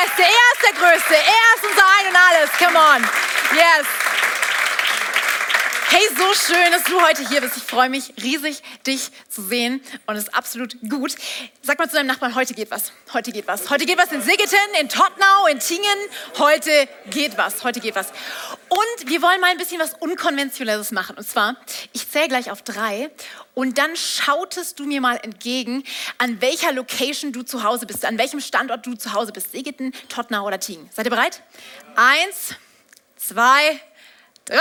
Beste, er ist der Größte, er ist unser Ein und Alles. Come on. Yes. Hey, so schön, dass du heute hier bist. Ich freue mich riesig, dich zu sehen und es ist absolut gut. Sag mal zu deinem Nachbarn, heute geht was. Heute geht was. Heute geht was in Sigeten, in Todtnau, in Tingen. Heute geht was. Heute geht was. Und wir wollen mal ein bisschen was Unkonventionelles machen. Und zwar, ich zähle gleich auf 3 und dann schautest du mir mal entgegen, an welcher Location du zu Hause bist, an welchem Standort du zu Hause bist. Sigeten, Todtnau oder Tingen. Seid ihr bereit? 1, 2, 3.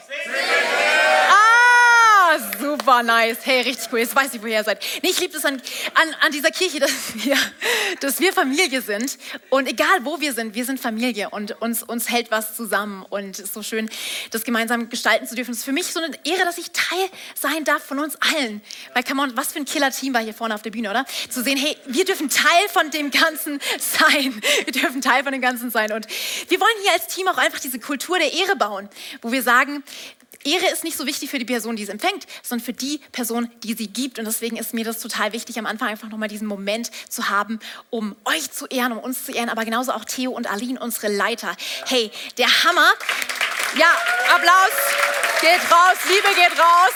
Ah, super nice. Hey, richtig cool. Jetzt weiß ich, woher ihr seid. Nee, ich liebe es an dieser Kirche, dass wir Familie sind. Und egal, wo wir sind Familie. Und uns hält was zusammen. Und es ist so schön, das gemeinsam gestalten zu dürfen. Es ist für mich so eine Ehre, dass ich Teil sein darf von uns allen. Weil, come on, was für ein Killer-Team war hier vorne auf der Bühne, oder? Zu sehen, hey, wir dürfen Teil von dem Ganzen sein. Wir dürfen Teil von dem Ganzen sein. Und wir wollen hier als Team auch einfach diese Kultur der Ehre bauen, wo wir sagen, Ehre ist nicht so wichtig für die Person, die es empfängt, sondern für die Person, die sie gibt. Und deswegen ist mir das total wichtig, am Anfang einfach nochmal diesen Moment zu haben, um euch zu ehren, um uns zu ehren, aber genauso auch Theo und Aline, unsere Leiter. Hey, der Hammer. Ja, Applaus geht raus, Liebe geht raus.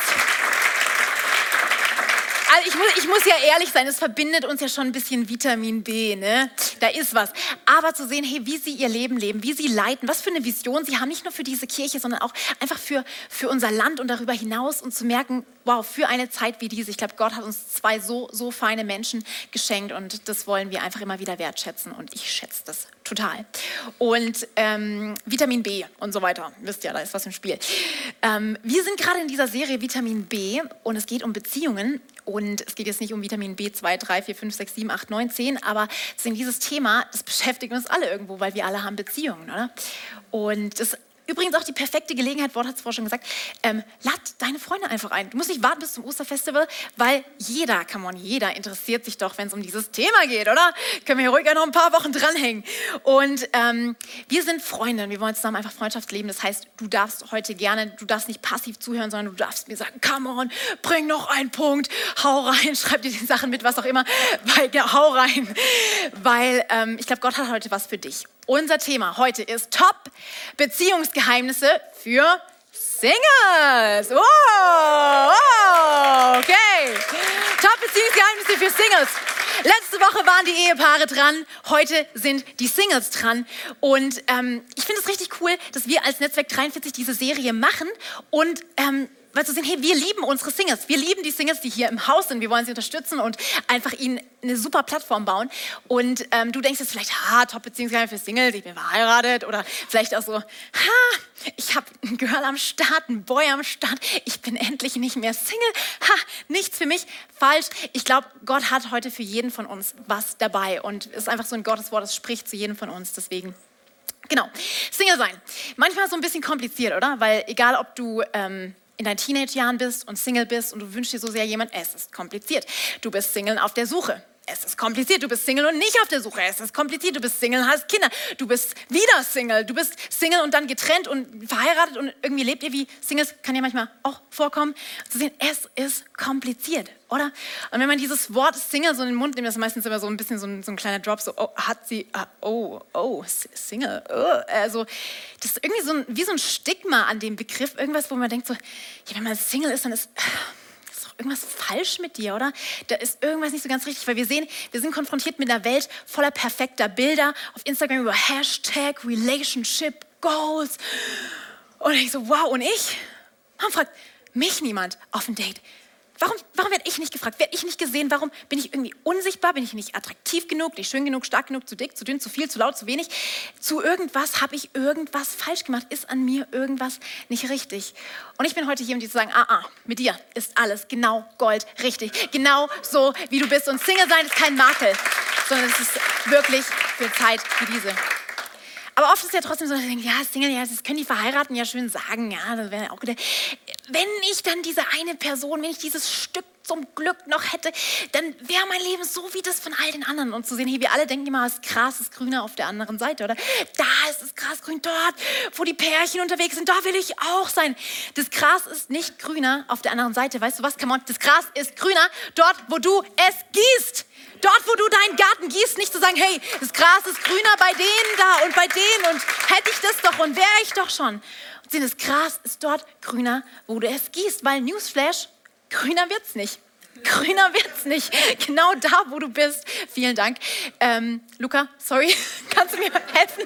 Also ich muss ja ehrlich sein, es verbindet uns ja schon ein bisschen Vitamin B, ne? Da ist was. Aber zu sehen, hey, wie sie ihr Leben leben, wie sie leiten, was für eine Vision sie haben, nicht nur für diese Kirche, sondern auch einfach für unser Land und darüber hinaus und zu merken, wow, für eine Zeit wie diese. Ich glaube, Gott hat uns 2 so feine Menschen geschenkt und das wollen wir einfach immer wieder wertschätzen und ich schätze das total. Und Vitamin B und so weiter, wisst ihr, da ist was im Spiel. Wir sind gerade in dieser Serie Vitamin B und es geht um Beziehungen. Und es geht jetzt nicht um Vitamin B2, 3, 4, 5, 6, 7, 8, 9, 10, aber dieses Thema, das beschäftigt uns alle irgendwo, weil wir alle haben Beziehungen, oder? Und das ist übrigens auch die perfekte Gelegenheit, Wort hat es vorher schon gesagt, lad deine Freunde einfach ein. Du musst nicht warten bis zum Osterfestival, weil jeder interessiert sich doch, wenn es um dieses Thema geht, oder? Können wir hier ruhig noch ein paar Wochen dranhängen. Und wir sind Freunde, wir wollen zusammen einfach Freundschaft leben. Das heißt, du darfst nicht passiv zuhören, sondern du darfst mir sagen, come on, bring noch einen Punkt, hau rein, schreib dir die Sachen mit, was auch immer, hau rein. Weil ich glaube, Gott hat heute was für dich. Unser Thema heute ist Top-Beziehungsgeheimnisse für Singles. Oh, okay. Top-Beziehungsgeheimnisse für Singles. Letzte Woche waren die Ehepaare dran, heute sind die Singles dran. Und ich finde es richtig cool, dass wir als Netzwerk 43 diese Serie machen und weil zu sehen, hey, wir lieben unsere Singles. Wir lieben die Singles, die hier im Haus sind. Wir wollen sie unterstützen und einfach ihnen eine super Plattform bauen. Und du denkst jetzt vielleicht, Top-Beziehungsgeheimnisse für Singles, ich bin verheiratet. Oder vielleicht auch so, ich habe ein Girl am Start, ein Boy am Start. Ich bin endlich nicht mehr Single. Nichts für mich. Falsch. Ich glaube, Gott hat heute für jeden von uns was dabei. Und es ist einfach so ein Gotteswort, das spricht zu jedem von uns. Deswegen, genau. Single sein. Manchmal so ein bisschen kompliziert, oder? Weil egal, ob du in deinen Teenage-Jahren bist und Single bist und du wünschst dir so sehr jemanden, es ist kompliziert. Du bist Single auf der Suche. Es ist kompliziert. Du bist Single und nicht auf der Suche. Es ist kompliziert. Du bist Single und hast Kinder. Du bist wieder Single. Du bist Single und dann getrennt und verheiratet und irgendwie lebt ihr wie Singles. Kann ja manchmal auch vorkommen. Zu sehen, es ist kompliziert, oder? Und wenn man dieses Wort Single so in den Mund nimmt, das ist meistens immer so ein bisschen so ein kleiner Drop, so, Single. Also, das ist irgendwie wie so ein Stigma an dem Begriff. Irgendwas, wo man denkt so, ja, wenn man Single ist, dann ist irgendwas falsch mit dir, oder? Da ist irgendwas nicht so ganz richtig, weil wir sind konfrontiert mit einer Welt voller perfekter Bilder auf Instagram über Hashtag Relationship Goals. Und ich so, wow, und ich? Warum fragt mich niemand auf ein Date? Warum werde ich nicht gefragt? Werde ich nicht gesehen? Warum bin ich irgendwie unsichtbar? Bin ich nicht attraktiv genug, nicht schön genug, stark genug, zu dick, zu dünn, zu viel, zu laut, zu wenig? Zu irgendwas habe ich irgendwas falsch gemacht? Ist an mir irgendwas nicht richtig? Und ich bin heute hier, um dir zu sagen, mit dir ist alles genau Gold richtig. Genau so, wie du bist. Und Single sein ist kein Makel, sondern es ist wirklich für Zeit wie diese. Aber oft ist es ja trotzdem so, dass ich denke, ja, Single, ja, das können die Verheirateten ja schön sagen, ja, das wäre ja auch gut. Wenn ich dann diese eine Person, wenn ich dieses Stück zum Glück noch hätte, dann wäre mein Leben so wie das von all den anderen. Und zu sehen, hey, wir alle denken immer, das Gras ist grüner auf der anderen Seite, oder? Da ist das Gras grün, dort, wo die Pärchen unterwegs sind, da will ich auch sein. Das Gras ist nicht grüner auf der anderen Seite. Weißt du was, come on, das Gras ist grüner dort, wo du es gießt. Dort, wo du deinen Garten Darum geht es nicht zu sagen, hey, das Gras ist grüner bei denen da und bei denen und hätte ich das doch und wäre ich doch schon. Und sehen, das Gras ist dort grüner, wo du es gießt, weil Newsflash, grüner wird's nicht. Grüner wird's nicht. Genau da, wo du bist. Vielen Dank. Luca, sorry, kannst du mir helfen?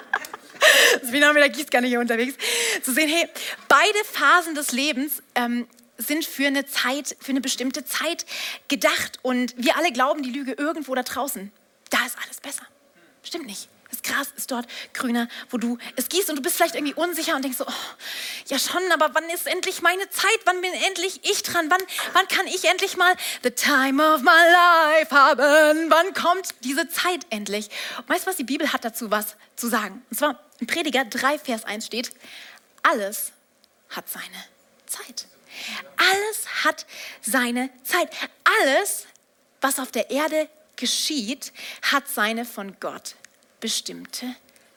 Ich bin auch mit der Gießkanne hier unterwegs. Zu sehen, hey, beide Phasen des Lebens sind für eine Zeit, für eine bestimmte Zeit gedacht. Und wir alle glauben die Lüge irgendwo da draußen. Da ist alles besser. Stimmt nicht. Das Gras ist dort grüner, wo du es gießt und du bist vielleicht irgendwie unsicher und denkst so, oh, ja schon, aber wann ist endlich meine Zeit? Wann bin endlich ich dran? Wann kann ich endlich mal the time of my life haben? Wann kommt diese Zeit endlich? Und weißt du, was die Bibel hat dazu was zu sagen? Und zwar im Prediger 3, Vers 1 steht, alles hat seine Zeit. Alles hat seine Zeit. Alles, was auf der Erde geschieht, hat seine von Gott bestimmte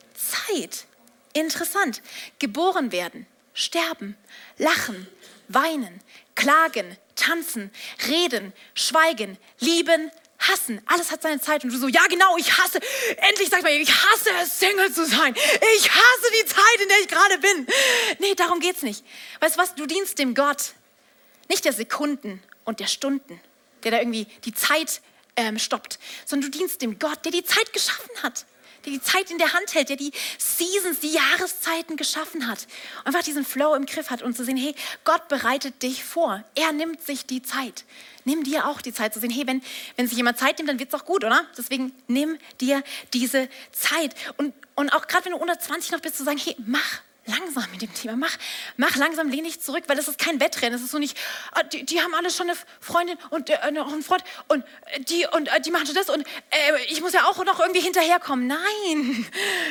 Zeit. Interessant. Geboren werden, sterben, lachen, weinen, klagen, tanzen, reden, schweigen, lieben, hassen. Alles hat seine Zeit. Und du so, ja genau, ich hasse, endlich sag mal, ich hasse es, Single zu sein. Ich hasse die Zeit, in der ich gerade bin. Nee, darum geht's nicht. Weißt du was, du dienst dem Gott, nicht der Sekunden und der Stunden, der da irgendwie die Zeit stoppt, sondern du dienst dem Gott, der die Zeit geschaffen hat. Der die Zeit in der Hand hält, der die Seasons, die Jahreszeiten geschaffen hat. Und einfach diesen Flow im Griff hat und zu sehen, hey, Gott bereitet dich vor. Er nimmt sich die Zeit. Nimm dir auch die Zeit zu sehen, hey, wenn sich jemand Zeit nimmt, dann wird es auch gut, oder? Deswegen nimm dir diese Zeit. Und auch gerade wenn du unter 20 noch bist, zu sagen, hey, mach langsam mit dem Thema. Mach langsam, lehn dich zurück, weil es ist kein Wettrennen. Es ist so nicht, die haben alle schon eine Freundin und noch einen Freund und die machen schon das und ich muss ja auch noch irgendwie hinterherkommen. Nein,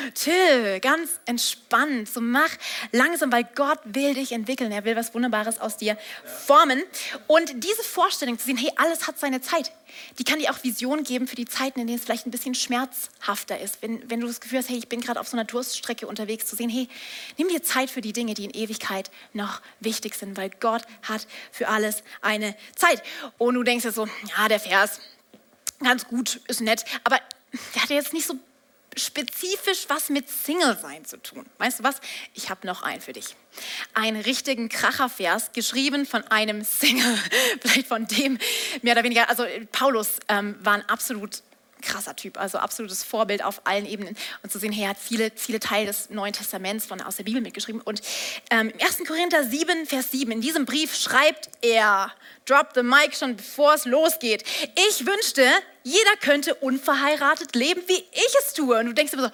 chill, ganz entspannt. So mach langsam, weil Gott will dich entwickeln. Er will was Wunderbares aus dir formen. Und diese Vorstellung zu sehen, hey, alles hat seine Zeit, die kann dir auch Visionen geben für die Zeiten, in denen es vielleicht ein bisschen schmerzhafter ist. Wenn du das Gefühl hast, hey, ich bin gerade auf so einer Durststrecke unterwegs, zu sehen, hey, nimm dir Zeit für die Dinge, die in Ewigkeit noch wichtig sind, weil Gott hat für alles eine Zeit. Und du denkst dir so, ja, der Vers, ganz gut, ist nett, aber der hat ja jetzt nicht so spezifisch was mit Single-Sein zu tun. Weißt du was? Ich habe noch einen für dich. Einen richtigen Krachervers, geschrieben von einem Single, vielleicht von dem mehr oder weniger, also Paulus war ein absolut krasser Typ, also absolutes Vorbild auf allen Ebenen. Und zu sehen, er hat viele Teile des Neuen Testaments aus der Bibel mitgeschrieben. Und im 1. Korinther 7, Vers 7, in diesem Brief schreibt er, drop the mic schon bevor es losgeht, ich wünschte, jeder könnte unverheiratet leben, wie ich es tue. Und du denkst immer so,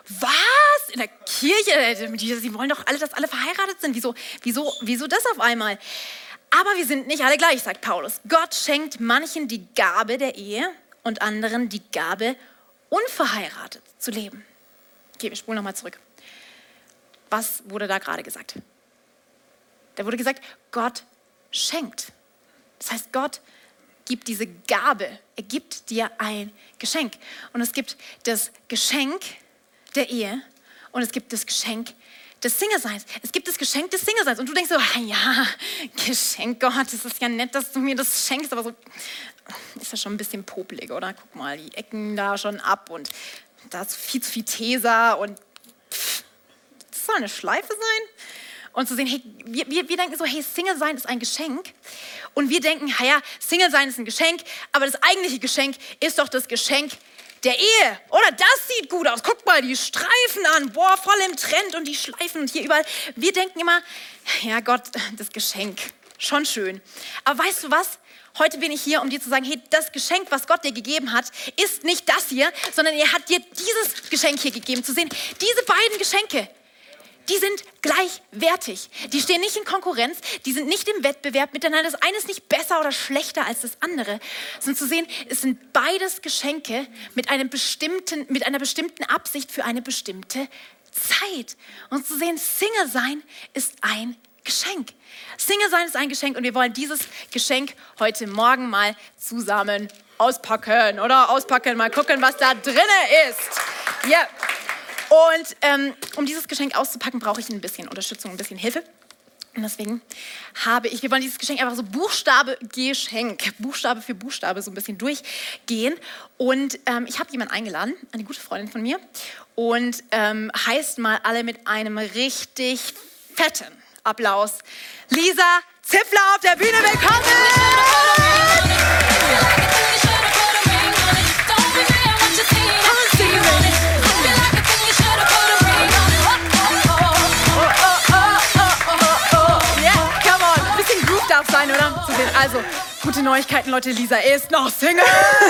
was? In der Kirche? Sie wollen doch alle, dass alle verheiratet sind. Wieso das auf einmal? Aber wir sind nicht alle gleich, sagt Paulus. Gott schenkt manchen die Gabe der Ehe und anderen die Gabe, unverheiratet zu leben. Okay, wir spulen nochmal zurück. Was wurde da gerade gesagt? Da wurde gesagt, Gott schenkt. Das heißt, Gott gibt diese Gabe. Er gibt dir ein Geschenk. Und es gibt das Geschenk der Ehe und es gibt das Geschenk des Single-Seins. Es gibt das Geschenk des Single-Seins. Und du denkst so, ja, Geschenk, Gott, das ist ja nett, dass du mir das schenkst, aber so ist das schon ein bisschen popelig, oder? Guck mal, die Ecken da schon ab und da ist viel zu viel Tesa und das soll eine Schleife sein? Und zu sehen, hey, wir denken so, hey, Single-Sein ist ein Geschenk. Und wir denken, ja, Single-Sein ist ein Geschenk, aber das eigentliche Geschenk ist doch das Geschenk der Ehe. Oder das sieht gut aus. Guck mal, die Streifen an. Boah, voll im Trend und die Schleifen und hier überall. Wir denken immer, ja Gott, das Geschenk, schon schön. Aber weißt du was? Heute bin ich hier, um dir zu sagen, hey, das Geschenk, was Gott dir gegeben hat, ist nicht das hier, sondern er hat dir dieses Geschenk hier gegeben. Zu sehen, diese beiden Geschenke, die sind gleichwertig. Die stehen nicht in Konkurrenz, die sind nicht im Wettbewerb miteinander. Das eine ist nicht besser oder schlechter als das andere. Sondern zu sehen, es sind beides Geschenke mit einer bestimmten Absicht für eine bestimmte Zeit. Und zu sehen, Single sein ist ein Geschenk. Single sein ist ein Geschenk und wir wollen dieses Geschenk heute Morgen mal zusammen auspacken, oder? Auspacken, mal gucken, was da drin ist. Ja. Und um dieses Geschenk auszupacken, brauche ich ein bisschen Unterstützung, ein bisschen Hilfe. Und deswegen wir wollen dieses Geschenk einfach so Buchstabe für Buchstabe so ein bisschen durchgehen. Und ich habe jemanden eingeladen, eine gute Freundin von mir. Und heißt mal alle mit einem richtig fetten Applaus Lisa Ziffler auf der Bühne willkommen! Darf sein, oder? Also, gute Neuigkeiten, Leute. Lisa ist noch Single.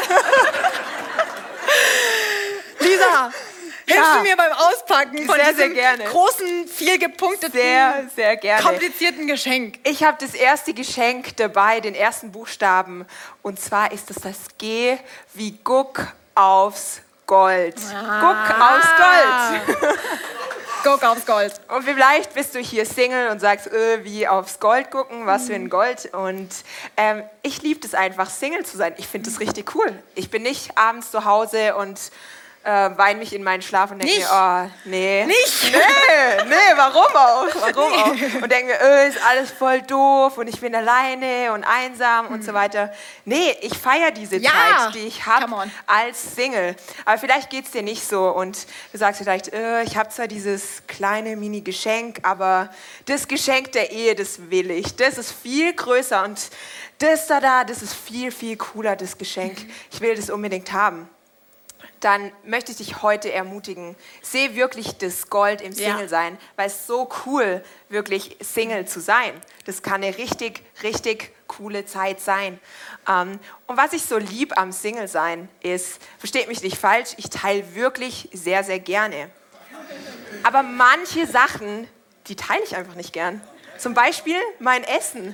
Lisa, hilfst du mir beim Auspacken von diesem großen, viel gepunkteten, sehr gerne, komplizierten Geschenk? Ich habe das erste Geschenk dabei, den ersten Buchstaben. Und zwar ist es das G wie Guck aufs Gold. Guck aufs Gold. Guck aufs Gold. Und vielleicht bist du hier Single und sagst, wie aufs Gold gucken, was für ein Gold. Und ich liebe es einfach, Single zu sein. Ich finde das richtig cool. Ich bin nicht abends zu Hause und weine mich in meinen Schlaf und denke mir, oh, nee. Nicht? Nee, warum auch? Und denke mir, ist alles voll doof und ich bin alleine und einsam und so weiter. Nee, ich feiere diese Zeit, die ich habe als Single. Aber vielleicht geht es dir nicht so und du sagst vielleicht, ich habe zwar dieses kleine Mini-Geschenk, aber das Geschenk der Ehe, das will ich. Das ist viel größer und das ist viel, viel cooler, das Geschenk. Ich will das unbedingt haben. Dann möchte ich dich heute ermutigen, seh wirklich das Gold im Single-Sein, weil es so cool, wirklich Single zu sein. Das kann eine richtig, richtig coole Zeit sein. Und was ich so lieb am Single-Sein ist, versteht mich nicht falsch, ich teile wirklich sehr, sehr gerne. Aber manche Sachen, die teile ich einfach nicht gern. Zum Beispiel mein Essen.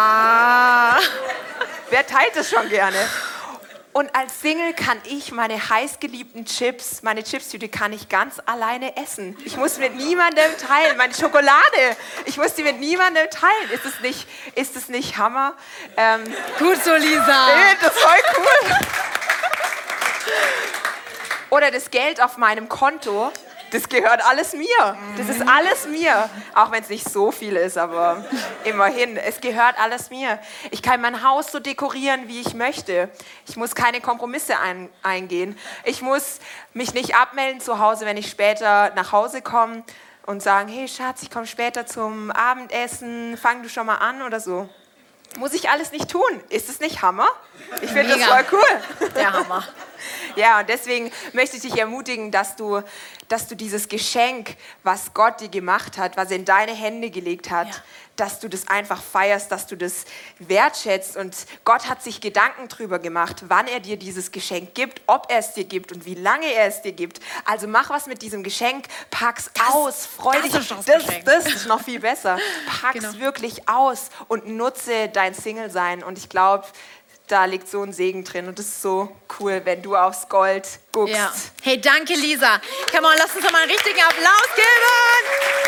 Wer teilt das schon gerne? Und als Single kann ich meine heißgeliebten Chips, meine Chipstüte kann ich ganz alleine essen. Ich muss mit niemandem teilen. Meine Schokolade, ich muss die mit niemandem teilen. Ist das nicht Hammer? Gut so, Lisa. Das ist voll cool. Oder das Geld auf meinem Konto. Das gehört alles mir. Das ist alles mir. Auch wenn es nicht so viel ist, aber immerhin, es gehört alles mir. Ich kann mein Haus so dekorieren, wie ich möchte. Ich muss keine Kompromisse eingehen. Ich muss mich nicht abmelden zu Hause, wenn ich später nach Hause komme und sagen, hey Schatz, ich komme später zum Abendessen, fang du schon mal an oder so. Muss ich alles nicht tun. Ist es nicht Hammer? Ich finde das voll cool. Der Hammer. Ja, und deswegen möchte ich dich ermutigen, dass du dieses Geschenk, was Gott dir gemacht hat, was er in deine Hände gelegt hat, dass du das einfach feierst, dass du das wertschätzt. Und Gott hat sich Gedanken drüber gemacht, wann er dir dieses Geschenk gibt, ob er es dir gibt und wie lange er es dir gibt. Also mach was mit diesem Geschenk, pack's aus, freu dich. Das ist noch viel besser. Pack's wirklich aus und nutze dein Single-Sein. Und ich glaube, da liegt so ein Segen drin und das ist so cool, wenn du aufs Gold guckst. Ja. Hey, danke Lisa. Come on, lass uns doch mal einen richtigen Applaus geben.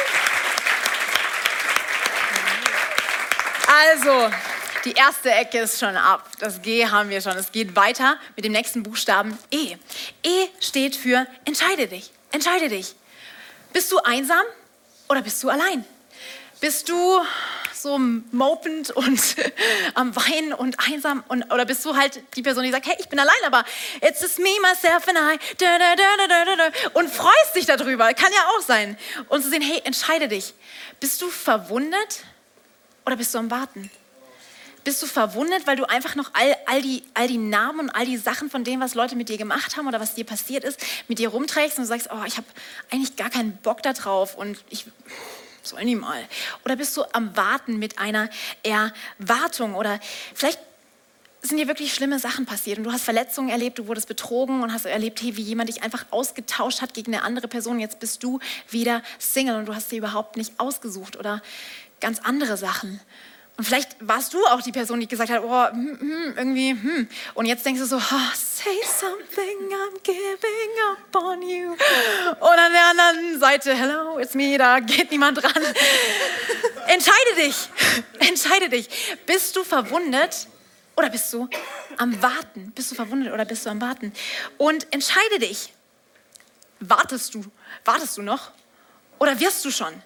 Also, die erste Ecke ist schon ab. Das G haben wir schon. Es geht weiter mit dem nächsten Buchstaben E. E steht für entscheide dich. Entscheide dich. Bist du einsam oder bist du allein? Bist du so mopend und am Weinen und einsam oder bist du halt die Person, die sagt, hey, ich bin allein, aber it's just me, myself and I und freust dich darüber, kann ja auch sein. Und zu sehen, hey, entscheide dich. Bist du verwundet oder bist du am Warten? Bist du verwundet, weil du einfach noch all die Namen und all die Sachen von dem, was Leute mit dir gemacht haben oder was dir passiert ist, mit dir rumträgst und du sagst, oh, ich habe eigentlich gar keinen Bock da drauf und sollen die mal. Oder bist du am Warten mit einer Erwartung? Oder vielleicht sind dir wirklich schlimme Sachen passiert und du hast Verletzungen erlebt, du wurdest betrogen und hast erlebt, hey, wie jemand dich einfach ausgetauscht hat gegen eine andere Person. Jetzt bist du wieder Single und du hast sie überhaupt nicht ausgesucht oder ganz andere Sachen. Und vielleicht warst du auch die Person, die gesagt hat, oh, irgendwie. Und jetzt denkst du so, say something, I'm giving up on you. Und an der anderen Seite, hello, it's me, da geht niemand dran. Entscheide dich. Entscheide dich. Bist du verwundet oder bist du am Warten? Bist du verwundet oder bist du am Warten? Und entscheide dich. Wartest du noch? Oder wirst du schon?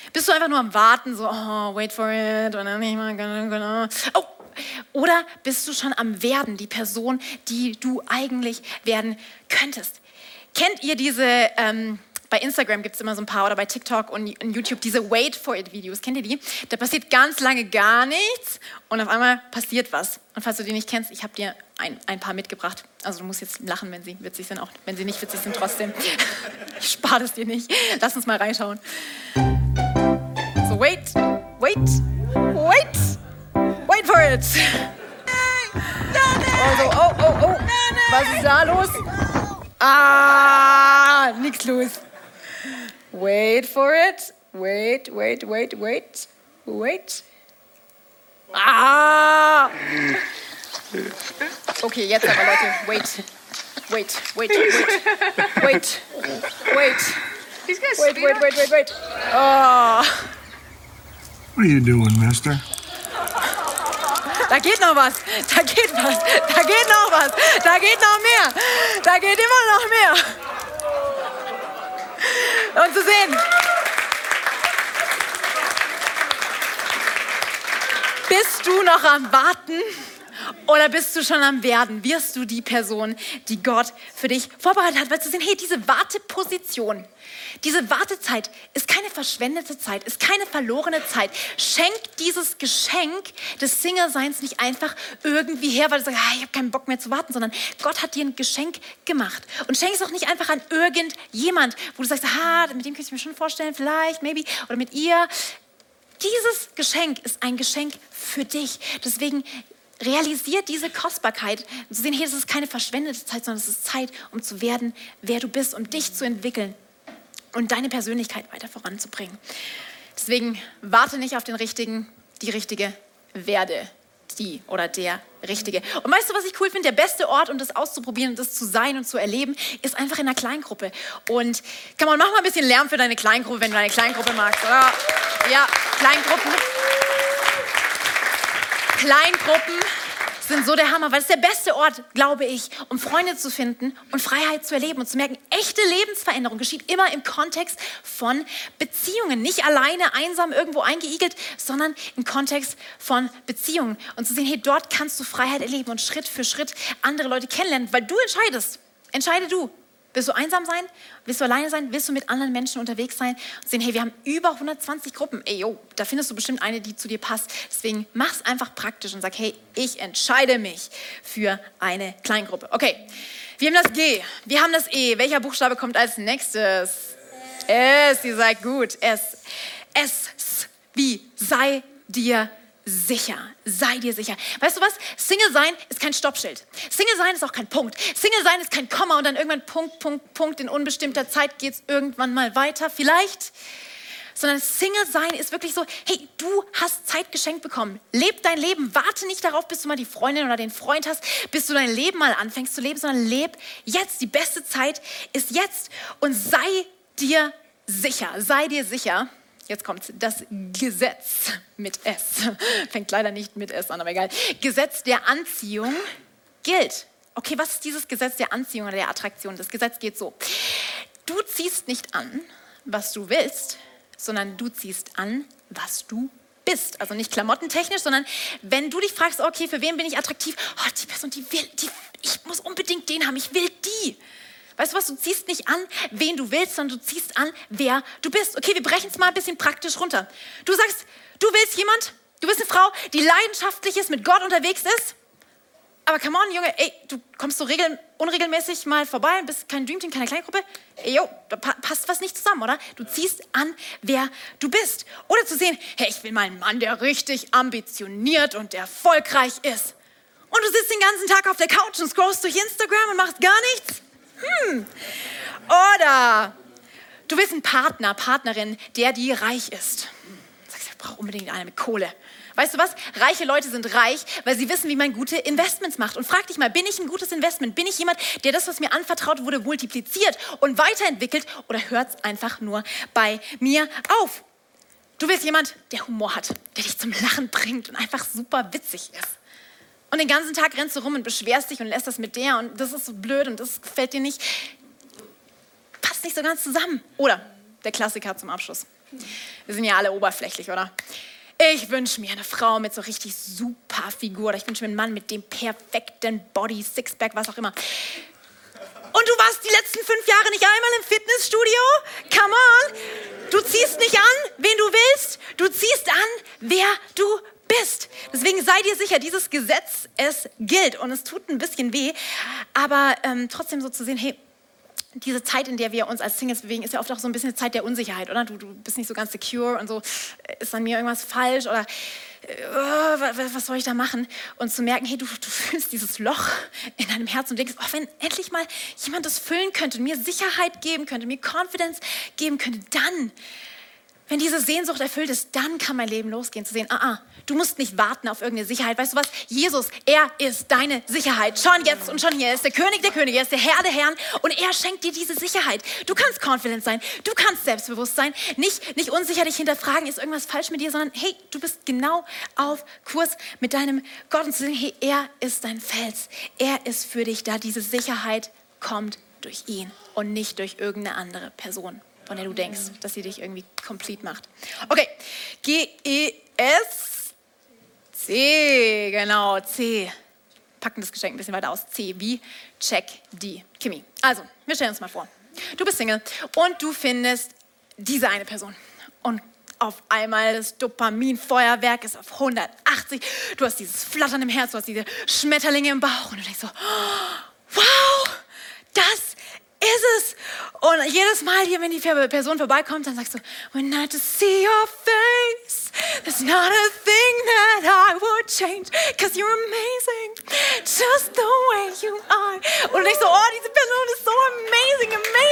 Bist du einfach nur am Warten, so, oh, wait for it, und dann nicht mal, oh. Oder bist du schon am Werden, die Person, die du eigentlich werden könntest? Kennt ihr diese, bei Instagram gibt es immer so ein paar, oder bei TikTok und YouTube, diese Wait for it Videos, kennt ihr die? Da passiert ganz lange gar nichts und auf einmal passiert was. Und falls du die nicht kennst, ich habe dir ein paar mitgebracht. Also du musst jetzt lachen, wenn sie witzig sind, auch wenn sie nicht witzig sind, trotzdem. Ich spare es dir nicht. Lass uns mal reinschauen. So, wait for it. Also, oh. Was ist da los? Nix los. Wait for it. Wait. Okay, jetzt aber, Leute. Wait. Wait. Oh. What are you doing, mister? Da geht noch was. Da geht noch mehr. Da geht immer noch mehr. Und zu sehen. Bist du noch am Warten oder bist du schon am Werden? Wirst du die Person, die Gott für dich vorbereitet hat? Weil zu sehen, hey, diese Warteposition, diese Wartezeit ist keine verschwendete Zeit, ist keine verlorene Zeit. Schenk dieses Geschenk des Single-Seins nicht einfach irgendwie her, weil du sagst, ich habe keinen Bock mehr zu warten, sondern Gott hat dir ein Geschenk gemacht. Und schenk es auch nicht einfach an irgendjemand, wo du sagst, mit dem könnte ich mir schon vorstellen, vielleicht, maybe, oder mit ihr. Dieses Geschenk ist ein Geschenk für dich. Deswegen realisiert diese Kostbarkeit, zu sehen, hey, es ist keine verschwendete Zeit, sondern es ist Zeit, um zu werden, wer du bist, um dich zu entwickeln und deine Persönlichkeit weiter voranzubringen. Deswegen warte nicht auf den Richtigen, die Richtige, werde die oder der Richtige. Und weißt du, was ich cool finde? Der beste Ort, um das auszuprobieren und das zu sein und zu erleben, ist einfach in einer Kleingruppe. Und mach mal ein bisschen Lärm für deine Kleingruppe, wenn du deine Kleingruppe magst, oder? Ja, Kleingruppen sind so der Hammer, weil es der beste Ort, glaube ich, um Freunde zu finden und Freiheit zu erleben und zu merken, echte Lebensveränderung geschieht immer im Kontext von Beziehungen. Nicht alleine, einsam irgendwo eingeigelt, sondern im Kontext von Beziehungen. Und zu sehen, hey, dort kannst du Freiheit erleben und Schritt für Schritt andere Leute kennenlernen, weil du entscheidest. Entscheide du. Willst du einsam sein? Willst du alleine sein? Willst du mit anderen Menschen unterwegs sein? Und sehen, hey, wir haben über 120 Gruppen. Da findest du bestimmt eine, die zu dir passt. Deswegen mach's einfach praktisch und sag, hey, ich entscheide mich für eine Kleingruppe. Okay, wir haben das G, wir haben das E. Welcher Buchstabe kommt als nächstes? S, ihr seid gut. S wie sei dir sicher. Sei dir sicher. Weißt du was? Single sein ist kein Stoppschild. Single sein ist auch kein Punkt. Single sein ist kein Komma und dann irgendwann Punkt. In unbestimmter Zeit geht es irgendwann mal weiter, vielleicht. Sondern Single sein ist wirklich so, hey, du hast Zeit geschenkt bekommen. Leb dein Leben. Warte nicht darauf, bis du mal die Freundin oder den Freund hast, bis du dein Leben mal anfängst zu leben, sondern leb jetzt. Die beste Zeit ist jetzt. Und sei dir sicher. Sei dir sicher. Jetzt kommt das Gesetz mit S. Fängt leider nicht mit S an, aber egal. Gesetz der Anziehung gilt. Okay, was ist dieses Gesetz der Anziehung oder der Attraktion? Das Gesetz geht so. Du ziehst nicht an, was du willst, sondern du ziehst an, was du bist. Also nicht klamottentechnisch, sondern wenn du dich fragst, okay, für wen bin ich attraktiv? Oh, die Person, ich muss unbedingt den haben, ich will die. Weißt du was, du ziehst nicht an, wen du willst, sondern du ziehst an, wer du bist. Okay, wir brechen es mal ein bisschen praktisch runter. Du sagst, du willst du bist eine Frau, die leidenschaftlich ist, mit Gott unterwegs ist. Aber come on, Junge, du kommst so unregelmäßig mal vorbei und bist kein Dreamteam, keine Kleingruppe. Da passt was nicht zusammen, oder? Du ziehst an, wer du bist. Oder zu sehen, hey, ich will mal einen Mann, der richtig ambitioniert und erfolgreich ist. Und du sitzt den ganzen Tag auf der Couch und scrollst durch Instagram und machst gar nichts. Oder du willst einen Partner, Partnerin, die reich ist. Du sagst, ich brauche unbedingt einen mit Kohle. Weißt du was? Reiche Leute sind reich, weil sie wissen, wie man gute Investments macht. Und frag dich mal, bin ich ein gutes Investment? Bin ich jemand, der das, was mir anvertraut wurde, multipliziert und weiterentwickelt? Oder hört es einfach nur bei mir auf? Du willst jemand, der Humor hat, der dich zum Lachen bringt und einfach super witzig ist. Und den ganzen Tag rennst du rum und beschwerst dich und lässt das mit der und das ist so blöd und das gefällt dir nicht. Passt nicht so ganz zusammen. Oder der Klassiker zum Abschluss. Wir sind ja alle oberflächlich, oder? Ich wünsche mir eine Frau mit so richtig super Figur. Oder ich wünsche mir einen Mann mit dem perfekten Body, Sixpack, was auch immer. Und du warst die letzten 5 Jahre nicht einmal im Fitnessstudio? Come on! Du ziehst nicht an, wen du willst. Du ziehst an, wer du bist. Deswegen sei dir sicher, dieses Gesetz, es gilt. Und es tut ein bisschen weh. Aber trotzdem so zu sehen, hey, diese Zeit, in der wir uns als Singles bewegen, ist ja oft auch so ein bisschen eine Zeit der Unsicherheit, oder? Du bist nicht so ganz secure und so, ist an mir irgendwas falsch oder was soll ich da machen? Und zu merken, hey, du fühlst dieses Loch in deinem Herzen und denkst, oh, wenn endlich mal jemand das füllen könnte, mir Sicherheit geben könnte, mir Confidence geben könnte, dann, wenn diese Sehnsucht erfüllt ist, dann kann mein Leben losgehen, zu sehen, du musst nicht warten auf irgendeine Sicherheit. Weißt du was? Jesus, er ist deine Sicherheit. Schon jetzt und schon hier. Er ist der König der Könige, er ist der Herr der Herren und er schenkt dir diese Sicherheit. Du kannst confident sein, du kannst selbstbewusst sein, nicht unsicher dich hinterfragen, ist irgendwas falsch mit dir, sondern hey, du bist genau auf Kurs mit deinem Gott und zu sehen, hey, er ist dein Fels. Er ist für dich da. Diese Sicherheit kommt durch ihn und nicht durch irgendeine andere Person, von der du denkst, dass sie dich irgendwie complete macht. Okay, G-E-S-C, genau, C. Packen das Geschenk ein bisschen weiter aus. C wie check die Kimi. Also, wir stellen uns mal vor. Du bist Single und du findest diese eine Person. Und auf einmal das Dopaminfeuerwerk ist auf 180. Du hast dieses Flattern im Herz, du hast diese Schmetterlinge im Bauch und du denkst so, wow, das ist es. Und jedes Mal hier, wenn die Person vorbeikommt, dann sagst du, when I just see your face, there's not a thing that I would change, cause you're amazing, just the way you are. Und du denkst so, oh, diese Person ist so amazing.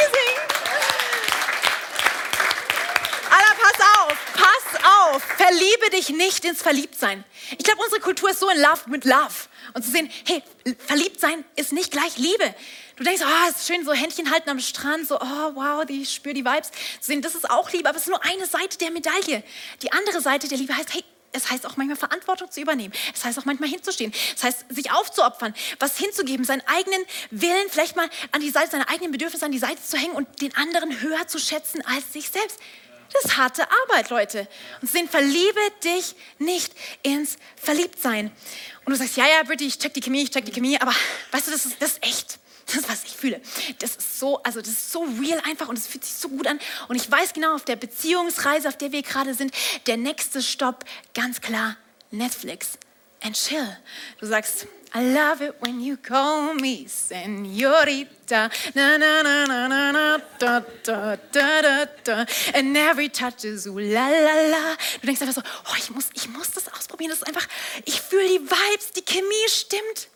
Alter, pass auf, verliebe dich nicht ins Verliebtsein. Ich glaube, unsere Kultur ist so in Love mit Love. Und zu sehen, hey, verliebt sein ist nicht gleich Liebe. Du denkst, es ist schön, so Händchen halten am Strand, so, oh wow, ich spüre die Vibes. Zu sehen, das ist auch Liebe, aber es ist nur eine Seite der Medaille. Die andere Seite der Liebe heißt, hey, es heißt auch manchmal Verantwortung zu übernehmen. Es heißt auch manchmal hinzustehen. Es heißt, sich aufzuopfern, was hinzugeben, seinen eigenen Willen vielleicht mal an die Seite, seine eigenen Bedürfnisse an die Seite zu hängen und den anderen höher zu schätzen als sich selbst. Das ist harte Arbeit, Leute. Und zu sehen, verliebe dich nicht ins Verliebtsein. Und du sagst, ja, Brittany, ich check die Chemie, aber weißt du, das ist echt. Das ist, was ich fühle. Das ist so real einfach und es fühlt sich so gut an. Und ich weiß genau, auf der Beziehungsreise, auf der wir gerade sind, der nächste Stopp, ganz klar, Netflix and chill. Du sagst, I love it when you call me señorita, na na na na na na da da da da da, and every touch is ooh la la la. Du denkst einfach so, ich muss das ausprobieren. Das ist einfach, ich fühle die Vibes, die Chemie stimmt.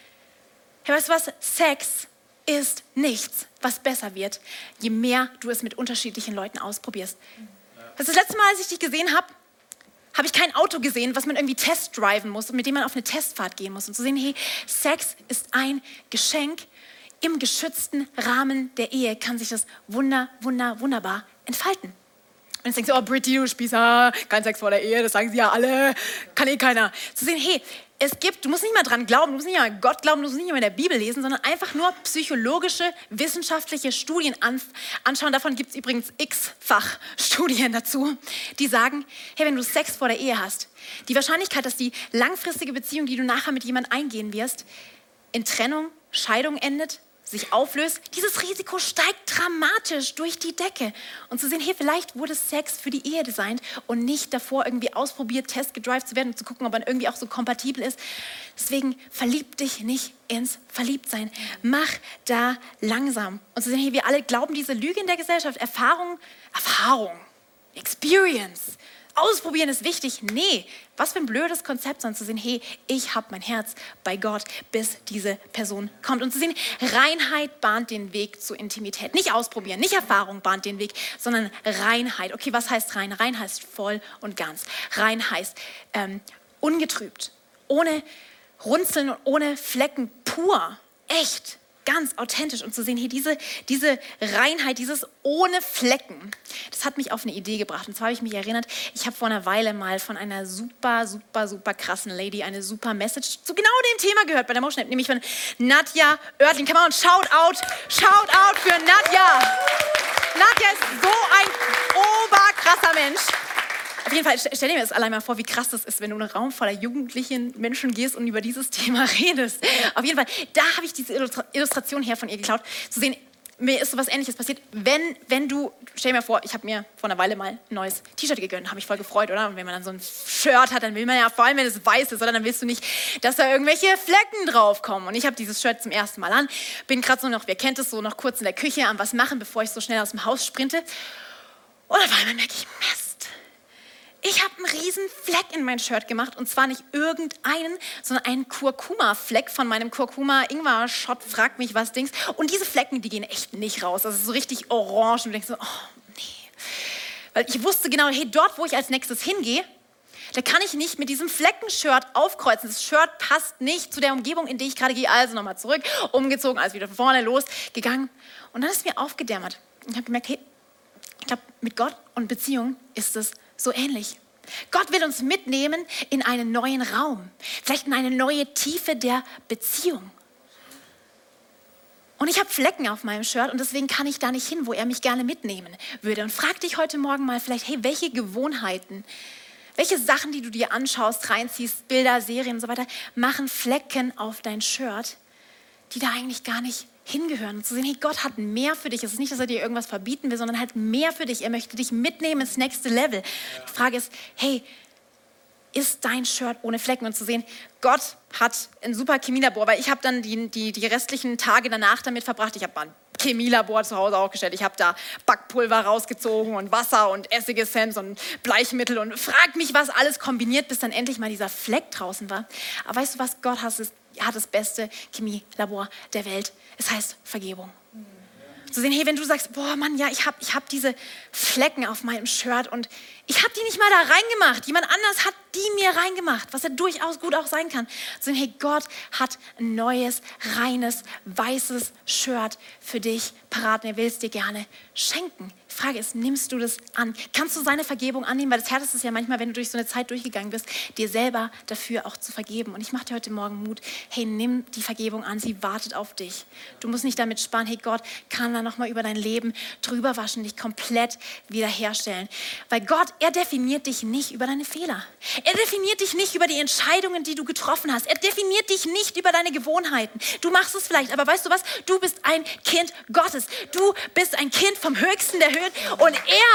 Hey, weißt du was? Sex ist nichts, was besser wird, je mehr du es mit unterschiedlichen Leuten ausprobierst. Das letzte Mal, als ich dich gesehen habe ich kein Auto gesehen, was man irgendwie testdriven muss und mit dem man auf eine Testfahrt gehen muss. Und zu sehen, hey, Sex ist ein Geschenk. Im geschützten Rahmen der Ehe kann sich das wunderbar entfalten. Und jetzt denkst du, oh Brittany, du Spießer, kein Sex vor der Ehe, das sagen sie ja alle, kann eh keiner. Zu sehen, hey, du musst nicht mal dran glauben, du musst nicht mal an Gott glauben, du musst nicht mal in der Bibel lesen, sondern einfach nur psychologische, wissenschaftliche Studien anschauen. Davon gibt es übrigens x-fach Studien dazu, die sagen, hey, wenn du Sex vor der Ehe hast, die Wahrscheinlichkeit, dass die langfristige Beziehung, die du nachher mit jemandem eingehen wirst, in Trennung, Scheidung endet, sich auflöst, dieses Risiko steigt dramatisch durch die Decke. Und zu sehen, hey, vielleicht wurde Sex für die Ehe designt und nicht davor irgendwie ausprobiert, testgedrived zu werden und zu gucken, ob man irgendwie auch so kompatibel ist. Deswegen verlieb dich nicht ins Verliebtsein. Mach da langsam. Und zu sehen, hey, wir alle glauben diese Lüge in der Gesellschaft. Erfahrung, Experience. Ausprobieren ist wichtig. Nee, was für ein blödes Konzept, sondern zu sehen, hey, ich habe mein Herz bei Gott, bis diese Person kommt. Und zu sehen, Reinheit bahnt den Weg zur Intimität. Nicht ausprobieren, nicht Erfahrung bahnt den Weg, sondern Reinheit. Okay, was heißt rein? Rein heißt voll und ganz. Rein heißt ungetrübt, ohne Runzeln und ohne Flecken, pur, echt. Ganz authentisch und zu sehen, hier diese Reinheit, dieses ohne Flecken, das hat mich auf eine Idee gebracht. Und zwar habe ich mich erinnert, ich habe vor einer Weile mal von einer super krassen Lady eine super Message zu genau dem Thema gehört bei der Motion App, nämlich von Nadja Oertling. Come on, shout out für Nadja. Nadja ist so ein krasser Mensch. Auf jeden Fall, stell dir das allein mal vor, wie krass das ist, wenn du in einen Raum voller jugendlichen Menschen gehst und über dieses Thema redest. Auf jeden Fall, da habe ich diese Illustration her von ihr geklaut, zu sehen, mir ist sowas Ähnliches passiert, wenn du, stell dir mal vor, ich habe mir vor einer Weile mal ein neues T-Shirt gegönnt, habe mich voll gefreut, oder? Und wenn man dann so ein Shirt hat, dann will man ja, vor allem wenn es weiß ist, oder dann willst du nicht, dass da irgendwelche Flecken draufkommen. Und ich habe dieses Shirt zum ersten Mal an, bin gerade so noch, wer kennt es, so noch kurz in der Küche am was machen, bevor ich so schnell aus dem Haus sprinte. Und auf einmal merke ich, Mist. Ich habe einen riesen Fleck in mein Shirt gemacht und zwar nicht irgendeinen, sondern einen Kurkuma-Fleck von meinem Kurkuma-Ingwer-Shot, frag mich was Dings. Und diese Flecken, die gehen echt nicht raus. Das ist so richtig orange und du denkst so, oh nee. Weil ich wusste genau, hey, dort, wo ich als nächstes hingehe, da kann ich nicht mit diesem Flecken-Shirt aufkreuzen. Das Shirt passt nicht zu der Umgebung, in die ich gerade gehe. Also nochmal zurück, umgezogen, also wieder von vorne losgegangen. Und dann ist mir aufgedämmert. Ich habe gemerkt, hey, ich glaube, mit Gott und Beziehung ist es so ähnlich. Gott will uns mitnehmen in einen neuen Raum, vielleicht in eine neue Tiefe der Beziehung. Und ich habe Flecken auf meinem Shirt und deswegen kann ich da nicht hin, wo er mich gerne mitnehmen würde. Und frag dich heute Morgen mal vielleicht, hey, welche Gewohnheiten, welche Sachen, die du dir anschaust, reinziehst, Bilder, Serien und so weiter, machen Flecken auf dein Shirt, die da eigentlich gar nicht hingehören und zu sehen, hey, Gott hat mehr für dich. Es ist nicht, dass er dir irgendwas verbieten will, sondern halt mehr für dich. Er möchte dich mitnehmen ins nächste Level. Die Frage ist, hey, ist dein Shirt ohne Flecken? Und zu sehen, Gott hat ein super Chemielabor, weil ich habe dann die restlichen Tage danach damit verbracht. Ich habe mal ein Chemielabor zu Hause aufgestellt. Ich habe da Backpulver rausgezogen und Wasser und Essigessenz und Bleichmittel und frag mich, was alles kombiniert, bis dann endlich mal dieser Fleck draußen war. Aber weißt du was, Gott hat das beste Chemielabor der Welt. Es heißt Vergebung. Zu sehen, hey, wenn du sagst, boah, Mann, ja, ich hab diese Flecken auf meinem Shirt und ich habe die nicht mal da reingemacht. Jemand anders hat die mir reingemacht, was ja durchaus gut auch sein kann. Zu sehen, hey, Gott hat ein neues, reines, weißes Shirt für dich parat und er will es dir gerne schenken. Die Frage ist, nimmst du das an? Kannst du seine Vergebung annehmen? Weil das Härteste ist ja manchmal, wenn du durch so eine Zeit durchgegangen bist, dir selber dafür auch zu vergeben. Und ich mache dir heute Morgen Mut, hey, nimm die Vergebung an, sie wartet auf dich. Du musst nicht damit sparen, hey, Gott kann da nochmal über dein Leben drüber waschen, dich komplett wiederherstellen. Weil Gott, er definiert dich nicht über deine Fehler. Er definiert dich nicht über die Entscheidungen, die du getroffen hast. Er definiert dich nicht über deine Gewohnheiten. Du machst es vielleicht, aber weißt du was? Du bist ein Kind Gottes. Du bist ein Kind vom Höchsten der Höhen und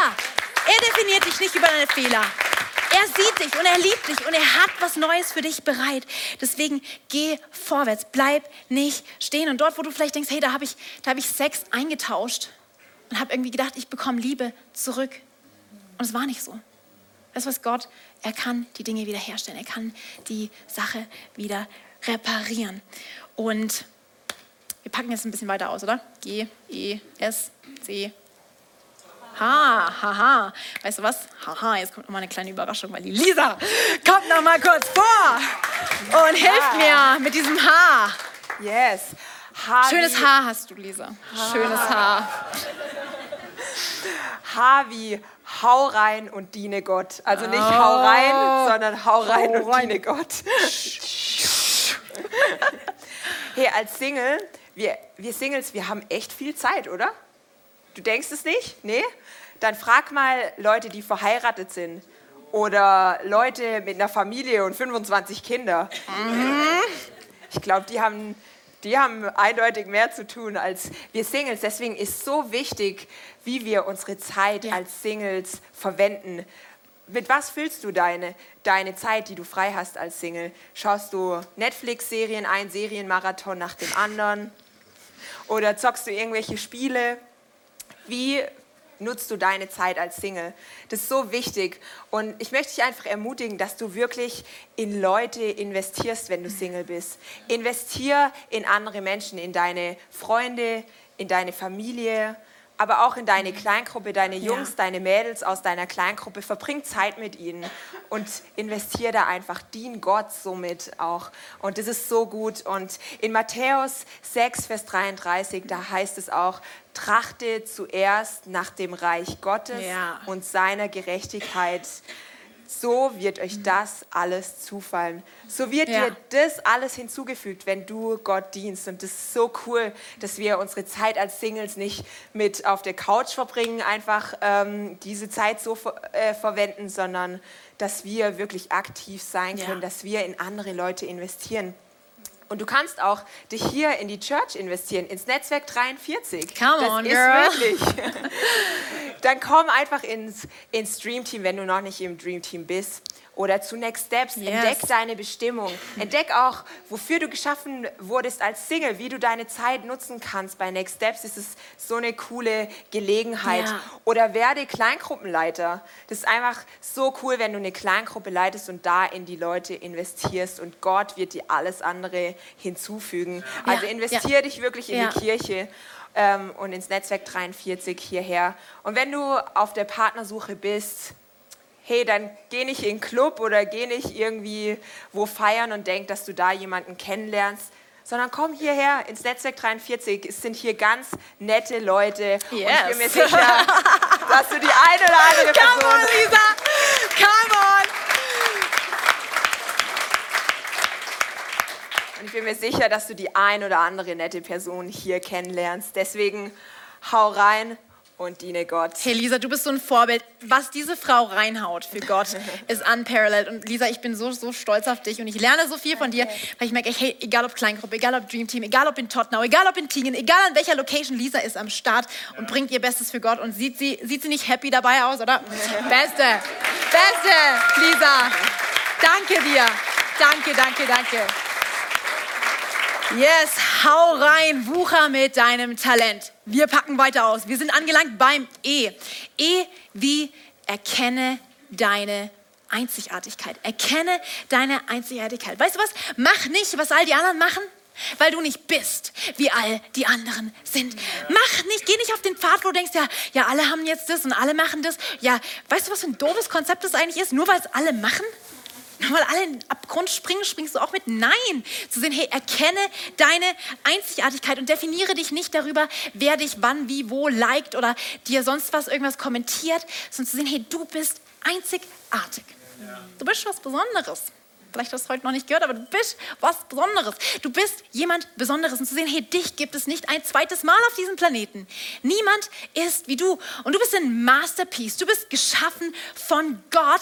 er definiert dich nicht über deine Fehler. Er sieht dich und er liebt dich und er hat was Neues für dich bereit. Deswegen geh vorwärts, bleib nicht stehen. Und dort, wo du vielleicht denkst, hey, da hab ich Sex eingetauscht und habe irgendwie gedacht, ich bekomme Liebe zurück. Und es war nicht so. Weißt du was, Gott, er kann die Dinge wiederherstellen. Er kann die Sache wieder reparieren. Und wir packen jetzt ein bisschen weiter aus, oder? G, E, S, C, H. Weißt du was? Haha, jetzt kommt noch mal eine kleine Überraschung, weil die Lisa kommt noch mal kurz vor und hilft mir mit diesem H. Yes. Schönes Haar hast du, Lisa. Schönes Haar. H wie hau rein und diene Gott. Also nicht hau rein, sondern hau rein und diene Gott. Hey, als Single, wir Singles, wir haben echt viel Zeit, oder? Du denkst es nicht? Nee? Dann frag mal Leute, die verheiratet sind. Oder Leute mit einer Familie und 25 Kinder. Ich glaube, die haben eindeutig mehr zu tun als wir Singles. Deswegen ist so wichtig, wie wir unsere Zeit als Singles verwenden. Mit was füllst du deine Zeit, die du frei hast als Single? Schaust du Netflix-Serien ein, Serienmarathon nach dem anderen? Oder zockst du irgendwelche Spiele? Wie nutzt du deine Zeit als Single? Das ist so wichtig. Und ich möchte dich einfach ermutigen, dass du wirklich in Leute investierst, wenn du Single bist. Investier in andere Menschen, in deine Freunde, in deine Familie, aber auch in deine Kleingruppe, deine Jungs, deine Mädels aus deiner Kleingruppe. Verbring Zeit mit ihnen und investier da einfach. Dien Gott somit auch. Und das ist so gut. Und in Matthäus 6, Vers 33, da heißt es auch, trachte zuerst nach dem Reich Gottes und seiner Gerechtigkeit. so wird euch das alles zufallen. So wird dir das alles hinzugefügt, wenn du Gott dienst. Und das ist so cool, dass wir unsere Zeit als Singles nicht mit auf der Couch verbringen, einfach diese Zeit so verwenden, sondern dass wir wirklich aktiv sein können, dass wir in andere Leute investieren. Und du kannst auch dich hier in die Church investieren, ins Netzwerk 43. Come on, girl. Das ist wirklich. Dann komm einfach ins Dream Team, wenn du noch nicht im Dream Team bist. Oder zu Next Steps. Yes. Entdeck deine Bestimmung. Entdeck auch, wofür du geschaffen wurdest als Single, wie du deine Zeit nutzen kannst. Bei Next Steps ist es so eine coole Gelegenheit. Ja. Oder werde Kleingruppenleiter. Das ist einfach so cool, wenn du eine Kleingruppe leitest und da in die Leute investierst. Und Gott wird dir alles andere hinzufügen. Also investiere dich wirklich in die Kirche. Und ins Netzwerk 43 hierher. Und wenn du auf der Partnersuche bist, hey, dann geh nicht in den Club oder geh nicht irgendwie wo feiern und denk, dass du da jemanden kennenlernst, sondern komm hierher ins Netzwerk 43. Es sind hier ganz nette Leute. Yes. Und ich bin mir sicher, dass du die eine oder andere Person... Come on, Lisa! Come on! Und ich bin mir sicher, dass du die ein oder andere nette Person hier kennenlernst. Deswegen hau rein und diene Gott. Hey Lisa, du bist so ein Vorbild. Was diese Frau reinhaut für Gott ist unparalleled. Und Lisa, ich bin so stolz auf dich und ich lerne so viel von dir, weil ich merke, hey, egal ob Kleingruppe, egal ob Dream Team, egal ob in Tottenau, egal ob in Tingen, egal an welcher Location, Lisa ist am Start und bringt ihr Bestes für Gott. Und sieht sie nicht happy dabei aus, oder? Beste, Lisa. Danke dir. Danke. Yes, hau rein, wucher mit deinem Talent. Wir packen weiter aus. Wir sind angelangt beim E. E wie erkenne deine Einzigartigkeit. Erkenne deine Einzigartigkeit. Weißt du was? Mach nicht, was all die anderen machen, weil du nicht bist, wie all die anderen sind. Mach nicht, geh nicht auf den Pfad, wo du denkst, ja, alle haben jetzt das und alle machen das. Ja, weißt du, was für ein doofes Konzept das eigentlich ist? Nur weil es alle machen? Weil alle in den Abgrund springen, springst du auch mit? Nein! Zu sehen, hey, erkenne deine Einzigartigkeit und definiere dich nicht darüber, wer dich wann, wie, wo liked oder dir sonst irgendwas kommentiert, sondern zu sehen, hey, du bist einzigartig. Du bist was Besonderes. Vielleicht hast du es heute noch nicht gehört, aber du bist was Besonderes. Du bist jemand Besonderes. Und zu sehen, hey, dich gibt es nicht ein zweites Mal auf diesem Planeten. Niemand ist wie du. Und du bist ein Masterpiece. Du bist geschaffen von Gott,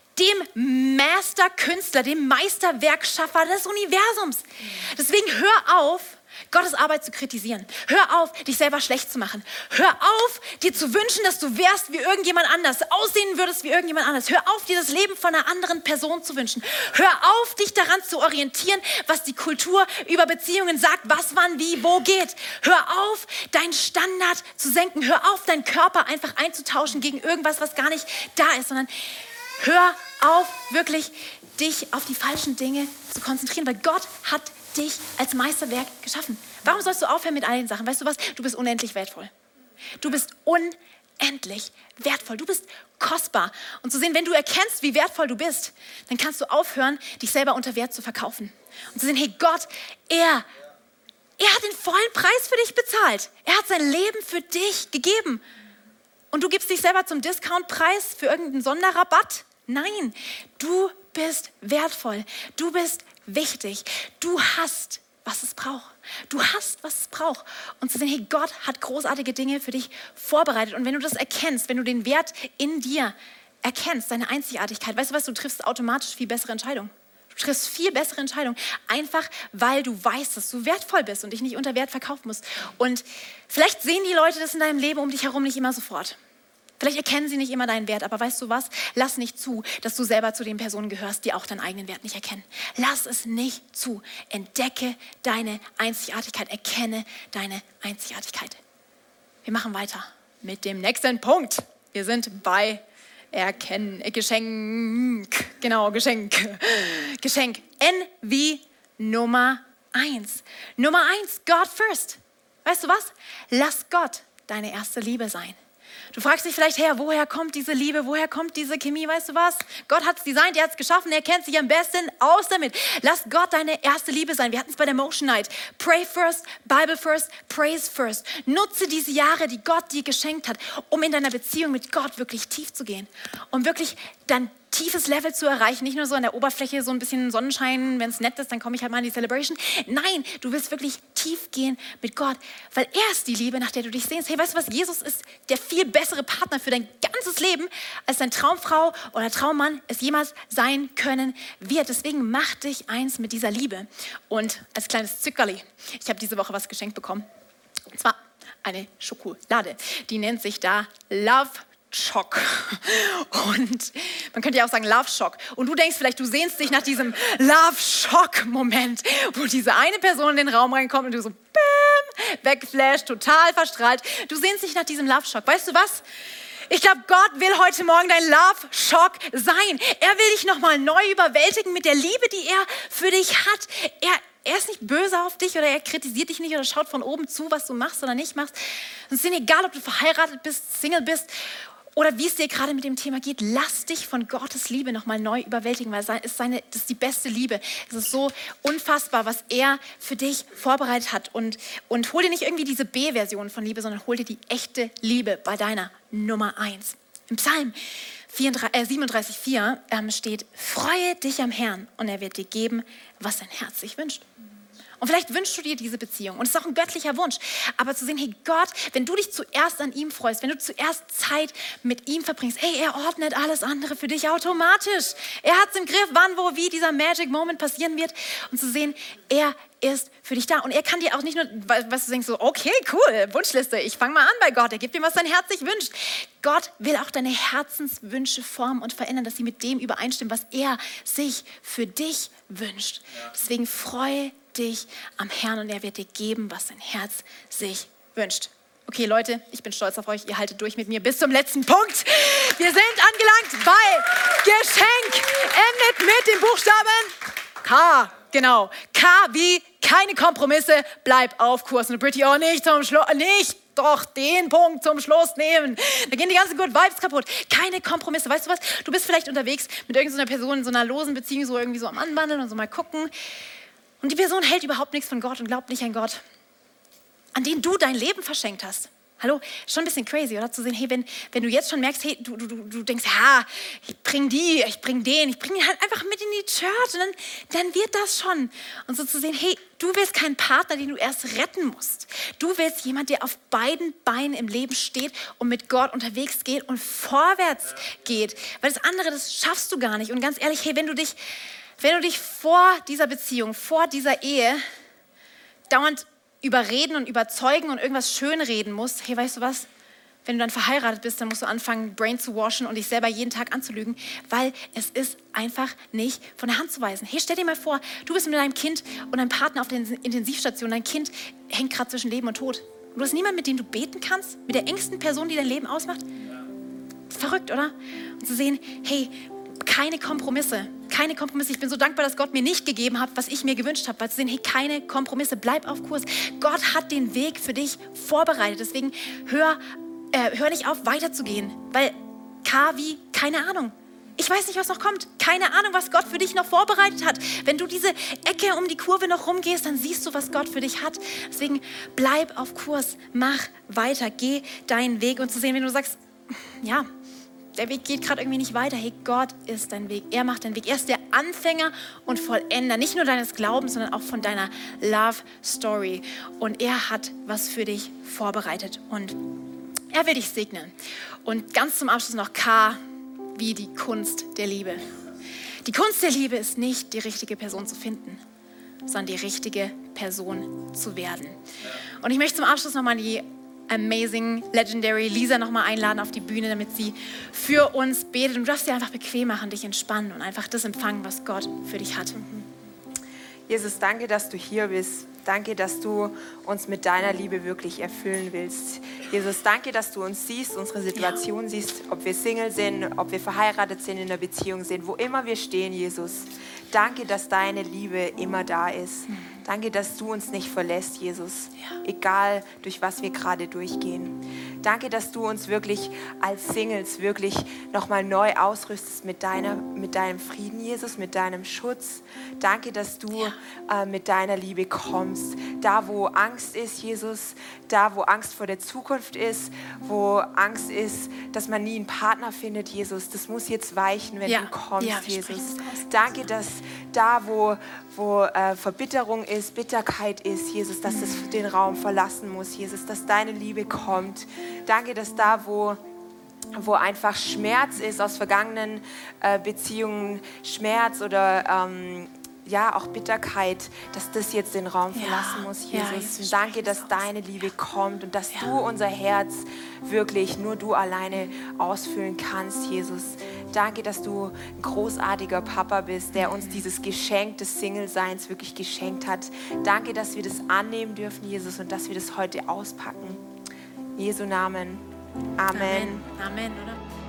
dem Masterkünstler, dem Meisterwerkschaffer des Universums. Deswegen hör auf, Gottes Arbeit zu kritisieren. Hör auf, dich selber schlecht zu machen. Hör auf, dir zu wünschen, dass du wärst wie irgendjemand anders, aussehen würdest wie irgendjemand anders. Hör auf, dir das Leben von einer anderen Person zu wünschen. Hör auf, dich daran zu orientieren, was die Kultur über Beziehungen sagt, was, wann, wie, wo geht. Hör auf, deinen Standard zu senken. Hör auf, deinen Körper einfach einzutauschen gegen irgendwas, was gar nicht da ist, sondern hör auf, wirklich dich auf die falschen Dinge zu konzentrieren, weil Gott hat dich als Meisterwerk geschaffen. Warum sollst du aufhören mit all den Sachen? Weißt du was? Du bist unendlich wertvoll. Du bist unendlich wertvoll. Du bist kostbar. Und zu sehen, wenn du erkennst, wie wertvoll du bist, dann kannst du aufhören, dich selber unter Wert zu verkaufen. Und zu sehen, hey Gott, er hat den vollen Preis für dich bezahlt. Er hat sein Leben für dich gegeben. Und du gibst dich selber zum Discountpreis für irgendeinen Sonderrabatt? Nein, du bist wertvoll. Du bist wichtig. Du hast, was es braucht. Du hast, was es braucht. Und zu sehen, hey, Gott hat großartige Dinge für dich vorbereitet. Und wenn du das erkennst, wenn du den Wert in dir erkennst, deine Einzigartigkeit, weißt du was, du triffst automatisch viel bessere Entscheidungen. Du triffst viel bessere Entscheidungen, einfach weil du weißt, dass du wertvoll bist und dich nicht unter Wert verkaufen musst. Und vielleicht sehen die Leute das in deinem Leben um dich herum nicht immer sofort. Vielleicht erkennen sie nicht immer deinen Wert, aber weißt du was? Lass nicht zu, dass du selber zu den Personen gehörst, die auch deinen eigenen Wert nicht erkennen. Lass es nicht zu. Entdecke deine Einzigartigkeit. Erkenne deine Einzigartigkeit. Wir machen weiter mit dem nächsten Punkt. Wir sind bei Erkennen, Geschenk. Genau, Geschenk. Geschenk. N wie Nummer 1. Nummer 1, God first. Weißt du was? Lass Gott deine erste Liebe sein. Du fragst dich vielleicht, hey, woher kommt diese Liebe, woher kommt diese Chemie, weißt du was? Gott hat es designt, er hat es geschaffen, er kennt sich am besten aus damit. Lass Gott deine erste Liebe sein. Wir hatten es bei der Motion Night. Pray first, Bible first, praise first. Nutze diese Jahre, die Gott dir geschenkt hat, um in deiner Beziehung mit Gott wirklich tief zu gehen. Um wirklich dann tiefes Level zu erreichen, nicht nur so an der Oberfläche, so ein bisschen Sonnenschein, wenn es nett ist, dann komme ich halt mal in die Celebration. Nein, du willst wirklich tief gehen mit Gott, weil er ist die Liebe, nach der du dich sehnst. Hey, weißt du was? Jesus ist der viel bessere Partner für dein ganzes Leben, als deine Traumfrau oder Traummann es jemals sein können wird. Deswegen mach dich eins mit dieser Liebe. Und als kleines Zückerli, ich habe diese Woche was geschenkt bekommen. Und zwar eine Schokolade. Die nennt sich da Love Shock. Und man könnte ja auch sagen Love Shock. Und du denkst vielleicht, du sehnst dich nach diesem Love Shock Moment, wo diese eine Person in den Raum reinkommt und du so bam, wegflasht, total verstrahlt. Du sehnst dich nach diesem Love Shock. Weißt du was? Ich glaube, Gott will heute Morgen dein Love Shock sein. Er will dich nochmal neu überwältigen mit der Liebe, die er für dich hat. Er ist nicht böse auf dich oder er kritisiert dich nicht oder schaut von oben zu, was du machst oder nicht machst. Es ist egal, ob du verheiratet bist, Single bist oder wie es dir gerade mit dem Thema geht. Lass dich von Gottes Liebe nochmal neu überwältigen, weil das ist die beste Liebe. Es ist so unfassbar, was er für dich vorbereitet hat. Und hol dir nicht irgendwie diese B-Version von Liebe, sondern hol dir die echte Liebe bei deiner Nummer 1. Im Psalm 37,4 steht, freue dich am Herrn und er wird dir geben, was dein Herz sich wünscht. Und vielleicht wünschst du dir diese Beziehung. Und es ist auch ein göttlicher Wunsch. Aber zu sehen, hey Gott, wenn du dich zuerst an ihm freust, wenn du zuerst Zeit mit ihm verbringst, hey, er ordnet alles andere für dich automatisch. Er hat es im Griff, wann, wo, wie dieser Magic Moment passieren wird. Und zu sehen, er ist für dich da. Und er kann dir auch nicht nur, was du denkst, so, okay, cool, Wunschliste, ich fange mal an bei Gott. Er gibt dir, was dein Herz sich wünscht. Gott will auch deine Herzenswünsche formen und verändern, dass sie mit dem übereinstimmen, was er sich für dich wünscht. Deswegen freue dich am Herrn und er wird dir geben, was dein Herz sich wünscht. Okay, Leute, ich bin stolz auf euch. Ihr haltet durch mit mir bis zum letzten Punkt. Wir sind angelangt bei Geschenk. Endet mit dem Buchstaben K. Genau. K wie keine Kompromisse. Bleib auf Kurs. Und Britti, oh, nicht doch den Punkt zum Schluss nehmen. Da gehen die ganzen Good Vibes kaputt. Keine Kompromisse. Weißt du was? Du bist vielleicht unterwegs mit irgendeiner Person in so einer losen Beziehung, so irgendwie so am Anwandeln und so mal gucken. Und die Person hält überhaupt nichts von Gott und glaubt nicht an Gott, an den du dein Leben verschenkt hast. Hallo, schon ein bisschen crazy, oder? Zu sehen, hey, wenn du jetzt schon merkst, hey, du denkst, ich bring den halt einfach mit in die Church und dann wird das schon. Und so zu sehen, hey, du willst keinen Partner, den du erst retten musst. Du willst jemanden, der auf beiden Beinen im Leben steht und mit Gott unterwegs geht und vorwärts geht. Weil das andere, das schaffst du gar nicht. Und ganz ehrlich, hey, wenn du dich vor dieser Beziehung, vor dieser Ehe dauernd überreden und überzeugen und irgendwas schönreden musst, hey, weißt du was? Wenn du dann verheiratet bist, dann musst du anfangen, Brain zu washen und dich selber jeden Tag anzulügen, weil es ist einfach nicht von der Hand zu weisen. Hey, stell dir mal vor, du bist mit deinem Kind und deinem Partner auf der Intensivstation, dein Kind hängt gerade zwischen Leben und Tod. Und du hast niemanden, mit dem du beten kannst, mit der engsten Person, die dein Leben ausmacht. Verrückt, oder? Und zu sehen, hey, keine Kompromisse. Ich bin so dankbar, dass Gott mir nicht gegeben hat, was ich mir gewünscht habe. Weil zu sehen, hey, keine Kompromisse, bleib auf Kurs. Gott hat den Weg für dich vorbereitet. Deswegen hör nicht auf, weiterzugehen. Weil K wie keine Ahnung. Ich weiß nicht, was noch kommt. Keine Ahnung, was Gott für dich noch vorbereitet hat. Wenn du diese Ecke um die Kurve noch rumgehst, dann siehst du, was Gott für dich hat. Deswegen bleib auf Kurs, mach weiter, geh deinen Weg. Und zu sehen, wenn du sagst, ja, der Weg geht gerade irgendwie nicht weiter. Hey, Gott ist dein Weg. Er macht deinen Weg. Er ist der Anfänger und Vollender. Nicht nur deines Glaubens, sondern auch von deiner Love Story. Und er hat was für dich vorbereitet. Und er will dich segnen. Und ganz zum Abschluss noch K wie die Kunst der Liebe. Die Kunst der Liebe ist nicht, die richtige Person zu finden, sondern die richtige Person zu werden. Und ich möchte zum Abschluss nochmal die amazing, legendary Lisa nochmal einladen auf die Bühne, damit sie für uns betet. Und du darfst dir einfach bequem machen, dich entspannen und einfach das empfangen, was Gott für dich hat. Jesus, danke, dass du hier bist. Danke, dass du uns mit deiner Liebe wirklich erfüllen willst. Jesus, danke, dass du uns siehst, unsere Situation siehst, ob wir Single sind, ob wir verheiratet sind, in einer Beziehung sind, wo immer wir stehen, Jesus. Danke, dass deine Liebe immer da ist. Danke, dass du uns nicht verlässt, Jesus, egal durch was wir gerade durchgehen. Danke, dass du uns wirklich als Singles wirklich nochmal neu ausrüstest mit deinem Frieden, Jesus, mit deinem Schutz. Danke, dass du mit deiner Liebe kommst. Da, wo Angst ist, Jesus, da, wo Angst vor der Zukunft ist, wo Angst ist, dass man nie einen Partner findet, Jesus, das muss jetzt weichen, wenn du kommst, Jesus. Danke, dass da, wo Verbitterung ist, Bitterkeit ist, Jesus, dass es den Raum verlassen muss, Jesus, dass deine Liebe kommt. Danke, dass da, wo einfach Schmerz ist aus vergangenen Beziehungen, Schmerz oder auch Bitterkeit, dass das jetzt den Raum verlassen muss, Jesus. Danke, dass deine Liebe kommt und dass du unser Herz wirklich nur du alleine ausfüllen kannst, Jesus. Danke, dass du ein großartiger Papa bist, der uns dieses Geschenk des Single-Seins wirklich geschenkt hat. Danke, dass wir das annehmen dürfen, Jesus, und dass wir das heute auspacken. In Jesu Namen. Amen. Amen, oder?